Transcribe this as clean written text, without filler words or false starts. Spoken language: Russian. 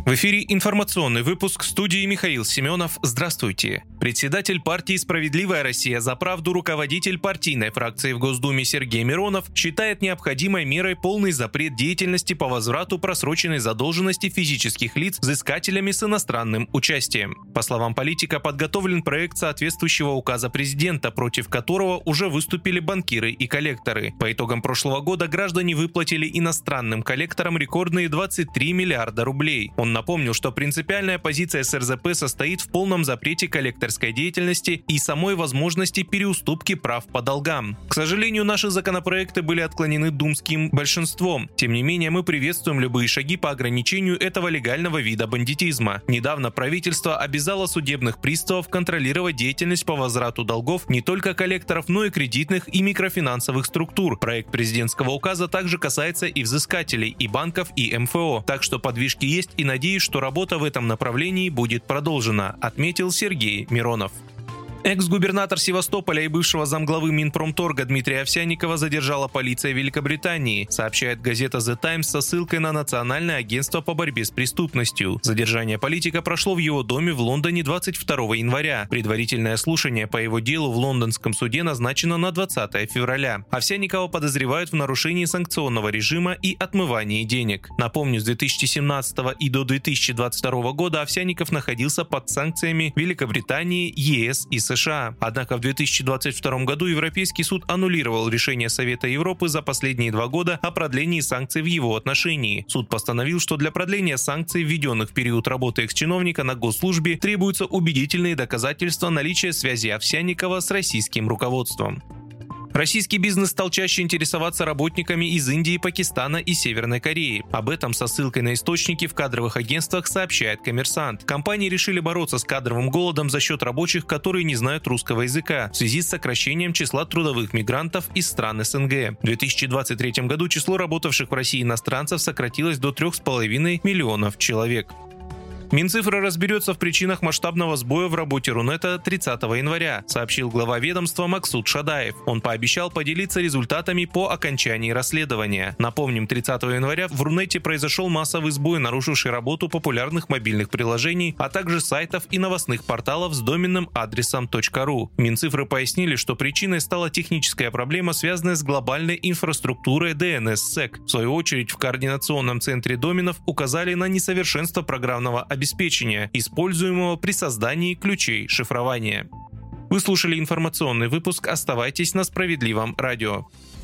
В эфире информационный выпуск, в студии Михаил Семенов. Здравствуйте. Председатель партии «Справедливая Россия за правду», руководитель партийной фракции в Госдуме Сергей Миронов считает необходимой мерой полный запрет деятельности по возврату просроченной задолженности физических лиц взыскателями с иностранным участием. По словам политика, подготовлен проект соответствующего указа президента, против которого уже выступили банкиры и коллекторы. По итогам прошлого года граждане выплатили иностранным коллекторам рекордные 23 миллиарда рублей. Он напомнил, что принципиальная позиция СРЗП состоит в полном запрете коллекторской деятельности и самой возможности переуступки прав по долгам. К сожалению, наши законопроекты были отклонены думским большинством. Тем не менее, мы приветствуем любые шаги по ограничению этого легального вида бандитизма. Недавно правительство обязало судебных приставов контролировать деятельность по возврату долгов не только коллекторов, но и кредитных и микрофинансовых структур. Проект президентского указа также касается и взыскателей, и банков, и МФО. Так что подвижки есть, и надеюсь, что работа в этом направлении будет продолжена, отметил Сергей Миронов. Экс-губернатор Севастополя и бывшего замглавы Минпромторга Дмитрия Овсянникова задержала полиция Великобритании, сообщает газета The Times со ссылкой на Национальное агентство по борьбе с преступностью. Задержание политика прошло в его доме в Лондоне 22 января. Предварительное слушание по его делу в лондонском суде назначено на 20 февраля. Овсянникова подозревают в нарушении санкционного режима и отмывании денег. Напомню, с 2017 и до 2022 года Овсянников находился под санкциями Великобритании, ЕС и США. Однако в 2022 году Европейский суд аннулировал решение Совета Европы за последние 2 года о продлении санкций в его отношении. Суд постановил, что для продления санкций, введенных в период работы экс-чиновника на госслужбе, требуются убедительные доказательства наличия связи Овсянникова с российским руководством. Российский бизнес стал чаще интересоваться работниками из Индии, Пакистана и Северной Кореи. Об этом со ссылкой на источники в кадровых агентствах сообщает «Коммерсант». Компании решили бороться с кадровым голодом за счет рабочих, которые не знают русского языка, в связи с сокращением числа трудовых мигрантов из стран СНГ. В 2023 году число работавших в России иностранцев сократилось до 3,5 миллионов человек. Минцифра разберется в причинах масштабного сбоя в работе Рунета 30 января, сообщил глава ведомства Максут Шадаев. Он пообещал поделиться результатами по окончании расследования. Напомним, 30 января в Рунете произошел массовый сбой, нарушивший работу популярных мобильных приложений, а также сайтов и новостных порталов с доменным адресом .ru. Минцифры пояснили, что причиной стала техническая проблема, связанная с глобальной инфраструктурой DNSSEC. В свою очередь, в координационном центре доменов указали на несовершенство программного обеспечения, используемого при создании ключей шифрования. Вы слушали информационный выпуск. Оставайтесь на Справедливом радио.